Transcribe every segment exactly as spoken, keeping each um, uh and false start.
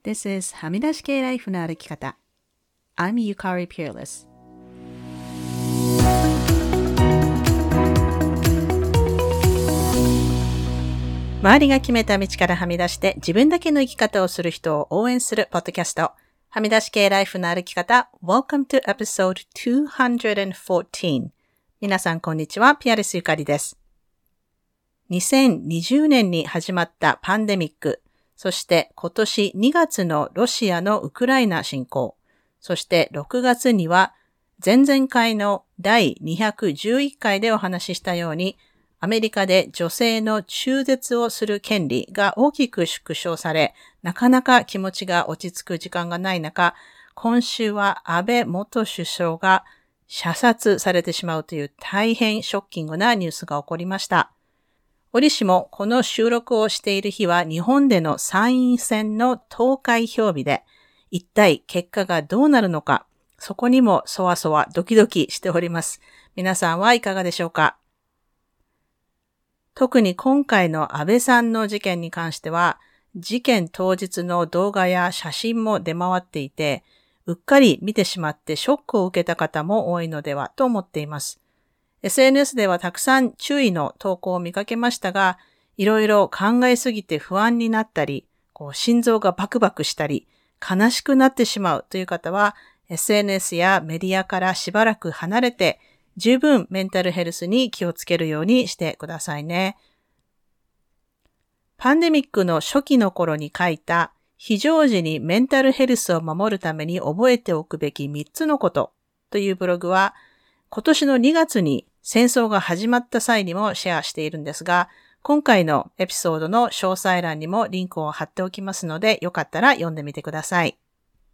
This is はみ出し系ライフの歩き方。I'm Yukari Peerless。周りが決めた道からはみ出して自分だけの生き方をする人を応援するポッドキャスト。はみ出し系ライフの歩き方。Welcome to episode two hundred fourteen。皆さんこんにちは。ピアレスゆかりです。にせんにじゅうねんに始まったパンデミック。そして今年にがつのロシアのウクライナ侵攻。そしてろくがつには前々回のだいにひゃくじゅういっかいでお話ししたようにアメリカで女性の中絶をする権利が大きく縮小され、なかなか気持ちが落ち着く時間がない中、今週は安倍元首相が射殺されてしまうという大変ショッキングなニュースが起こりました。折しもこの収録をしている日は日本での参院選の投開票日で、一体結果がどうなるのか、そこにもそわそわドキドキしております。皆さんはいかがでしょうか？特に今回の安倍さんの事件に関しては、事件当日の動画や写真も出回っていて、うっかり見てしまってショックを受けた方も多いのではと思っています。エスエヌエス ではたくさん注意の投稿を見かけましたが、いろいろ考えすぎて不安になったり、こう心臓がバクバクしたり、悲しくなってしまうという方は、エスエヌエス やメディアからしばらく離れて、十分メンタルヘルスに気をつけるようにしてくださいね。パンデミックの初期の頃に書いた、非常時にメンタルヘルスを守るために覚えておくべきみっつのことというブログは、今年のにがつに戦争が始まった際にもシェアしているんですが、今回のエピソードの詳細欄にもリンクを貼っておきますので、よかったら読んでみてください。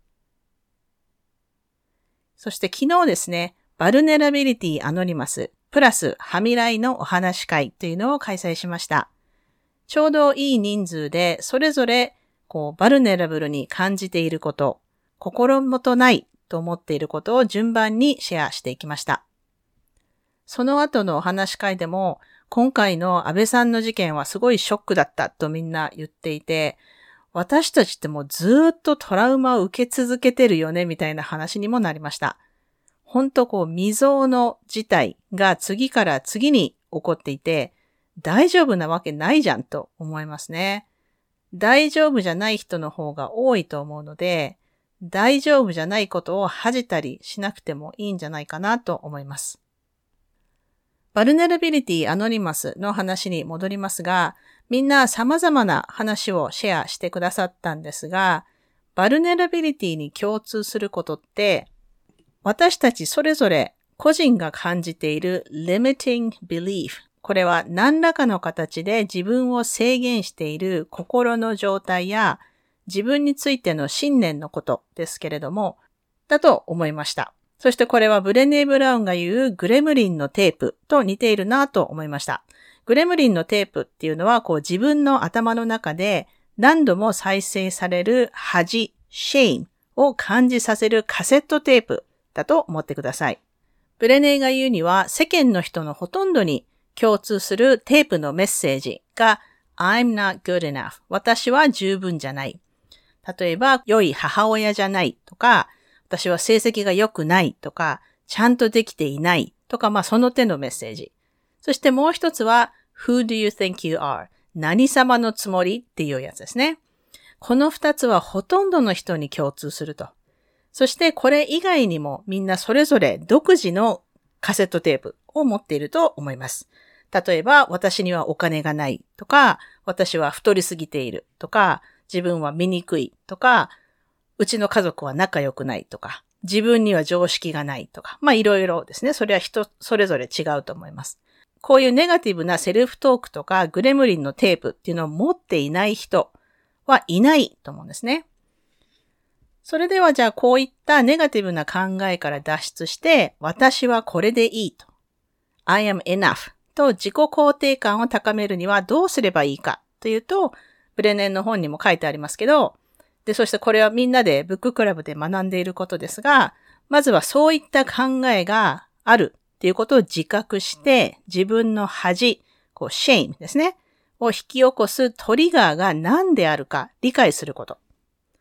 そして昨日ですね、バルネラビリティアノニマスプラスはみらいのお話会というのを開催しました。ちょうどいい人数でそれぞれこうバルネラブルに感じていること、心もとないと思っていることを順番にシェアしていきました。その後のお話会でも、今回の安倍さんの事件はすごいショックだったとみんな言っていて、私たちってもうずっとトラウマを受け続けてるよねみたいな話にもなりました。ほんとこう未曾有の事態が次から次に起こっていて、大丈夫なわけないじゃんと思いますね。大丈夫じゃない人の方が多いと思うので、大丈夫じゃないことを恥じたりしなくてもいいんじゃないかなと思います。バルネラビリティアノニマスの話に戻りますが、みんな様々な話をシェアしてくださったんですが、バルネラビリティに共通することって、私たちそれぞれ個人が感じている limiting belief、これは何らかの形で自分を制限している心の状態や自分についての信念のことですけれども、だと思いました。そしてこれはブレネー・ブラウンが言うグレムリンのテープと似ているなと思いました。グレムリンのテープっていうのはこう自分の頭の中で何度も再生される恥、shame を感じさせるカセットテープだと思ってください。ブレネーが言うには世間の人のほとんどに共通するテープのメッセージが I'm not good enough 私は十分じゃない。例えば良い母親じゃないとか私は成績が良くないとか、ちゃんとできていないとか、まあその手のメッセージ。そしてもう一つは、Who do you think you are? 何様のつもりっていうやつですね。この二つはほとんどの人に共通すると。そしてこれ以外にもみんなそれぞれ独自のカセットテープを持っていると思います。例えば、私にはお金がないとか、私は太りすぎているとか、自分は醜いとか、うちの家族は仲良くないとか、自分には常識がないとか、まあいろいろですね。それは人それぞれ違うと思います。こういうネガティブなセルフトークとかグレムリンのテープっていうのを持っていない人はいないと思うんですね。それではじゃあこういったネガティブな考えから脱出して、私はこれでいいと。I am enough と自己肯定感を高めるにはどうすればいいかというと、ブレネンの本にも書いてありますけど、で、そしてこれはみんなでブッククラブで学んでいることですが、まずはそういった考えがあるっていうことを自覚して、自分の恥、こう、shame ですね、を引き起こすトリガーが何であるか理解すること。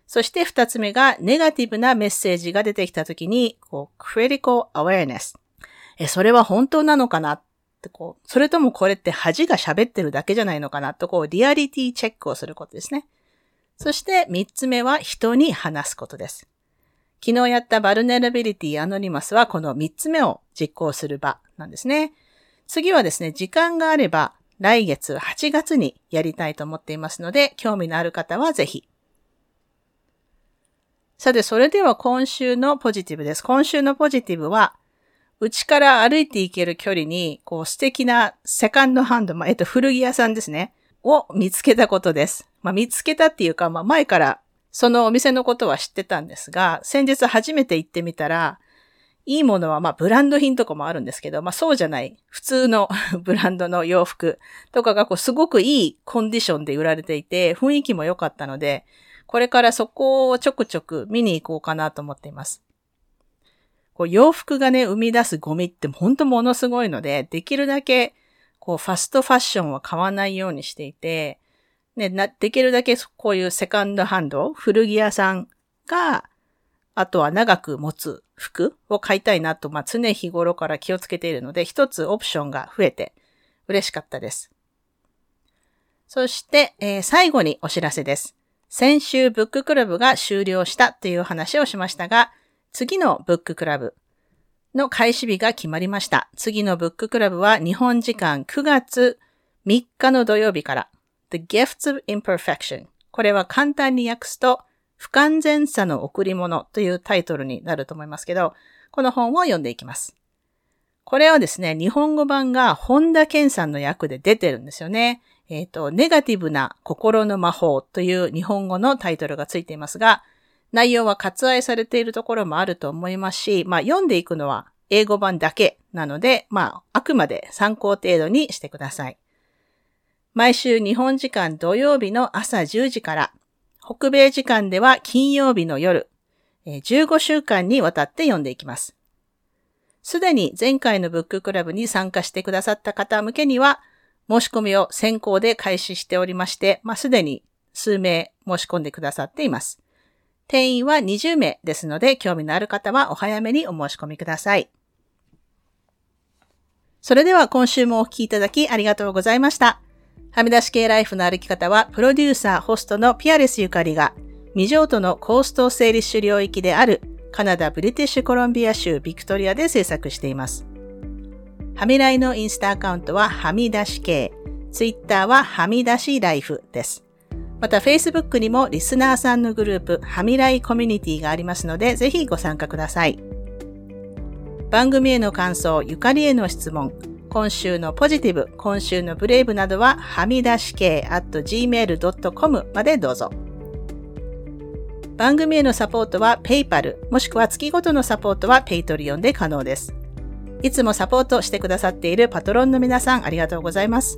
そして二つ目がネガティブなメッセージが出てきたときに、こう、critical awareness。え、それは本当なのかなってこう、それともこれって恥が喋ってるだけじゃないのかなとこう、リアリティチェックをすることですね。そして三つ目は人に話すことです。昨日やったバルネラビリティアノニマスはこの三つ目を実行する場なんですね。次はですね、時間があれば来月はちがつにやりたいと思っていますので、興味のある方はぜひ。さて、それでは今週のポジティブです。今週のポジティブは、家から歩いて行ける距離に、こう素敵なセカンドハンド、まあ、えっと、古着屋さんですね、を見つけたことです。まあ、見つけたっていうか、まあ、前からそのお店のことは知ってたんですが、先日初めて行ってみたら、いいものはまあブランド品とかもあるんですけど、まあそうじゃない普通のブランドの洋服とかがこうすごくいいコンディションで売られていて、雰囲気も良かったので、これからそこをちょくちょく見に行こうかなと思っています。こう洋服がね、生み出すゴミって本当ものすごいので、できるだけこうファストファッションは買わないようにしていて、ね、な、できるだけこういうセカンドハンド、古着屋さんが、あとは長く持つ服を買いたいなと、まあ、常日頃から気をつけているので、一つオプションが増えて嬉しかったです。そして、えー、最後にお知らせです。先週ブッククラブが終了したという話をしましたが、次のブッククラブの開始日が決まりました。次のブッククラブは日本時間くがつみっかの土曜日から、The Gifts of Imperfection。これは簡単に訳すと、不完全さの贈り物というタイトルになると思いますけど、この本を読んでいきます。これはですね、日本語版が本田健さんの訳で出てるんですよね。えっと、ネガティブな心の魔法という日本語のタイトルがついていますが、内容は割愛されているところもあると思いますし、まあ読んでいくのは英語版だけなので、まああくまで参考程度にしてください。毎週日本時間土曜日の朝じゅうじから、北米時間では金曜日の夜、じゅうごしゅうかんにわたって読んでいきます。すでに前回のブッククラブに参加してくださった方向けには、申し込みを先行で開始しておりまして、まあ、すでに数名申し込んでくださっています。定員はにじゅうめいですので、興味のある方はお早めにお申し込みください。それでは今週もお聞きいただきありがとうございました。はみ出し系ライフの歩き方は、プロデューサー、ホストのピアレスゆかりが、未譲渡のコースト整理主領域であるカナダ・ブリティッシュコロンビア州ビクトリアで制作しています。はみらいのインスタアカウントははみ出し系、ツイッターははみ出しライフです。また Facebook にもリスナーさんのグループ、はみらいコミュニティがありますので、ぜひご参加ください。番組への感想、ゆかりへの質問、今週のポジティブ、今週のブレイブなどは、はみ出し系 アットジーメールドットコム までどうぞ。番組へのサポートは PayPal、もしくは月ごとのサポートは Patreon で可能です。いつもサポートしてくださっているパトロンの皆さんありがとうございます。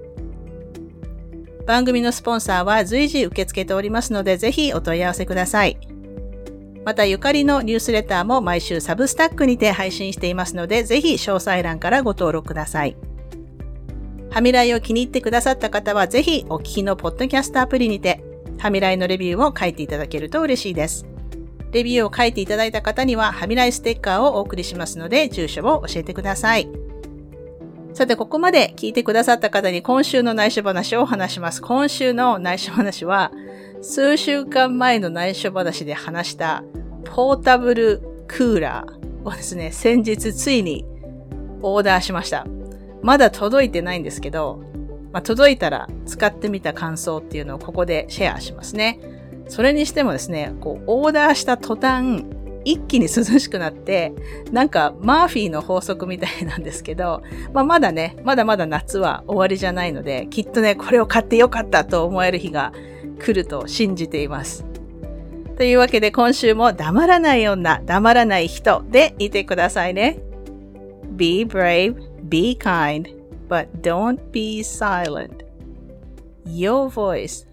番組のスポンサーは随時受け付けておりますので、ぜひお問い合わせください。またゆかりのニュースレターも毎週サブスタックにて配信していますので、ぜひ詳細欄からご登録ください。はみらいを気に入ってくださった方は、ぜひお聞きのポッドキャストアプリにて、はみらいのレビューを書いていただけると嬉しいです。レビューを書いていただいた方には、はみらいステッカーをお送りしますので、住所を教えてください。さて、ここまで聞いてくださった方に今週の内緒話を話します。今週の内緒話は、数週間前の内緒話で話したポータブルクーラーをですね、先日ついにオーダーしました。まだ届いてないんですけど、まあ、届いたら使ってみた感想っていうのをここでシェアしますね。それにしてもですね、こうオーダーした途端、一気に涼しくなって、なんかマーフィーの法則みたいなんですけど、まあ、まだね、まだまだ夏は終わりじゃないので、きっとね、これを買ってよかったと思える日が来ると信じています。というわけで今週も黙らない女、黙らない人でいてくださいね。Be brave, be kind, but don't be silent. Your voice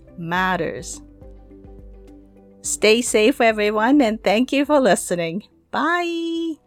matters.Stay safe, everyone, and thank you for listening. Bye!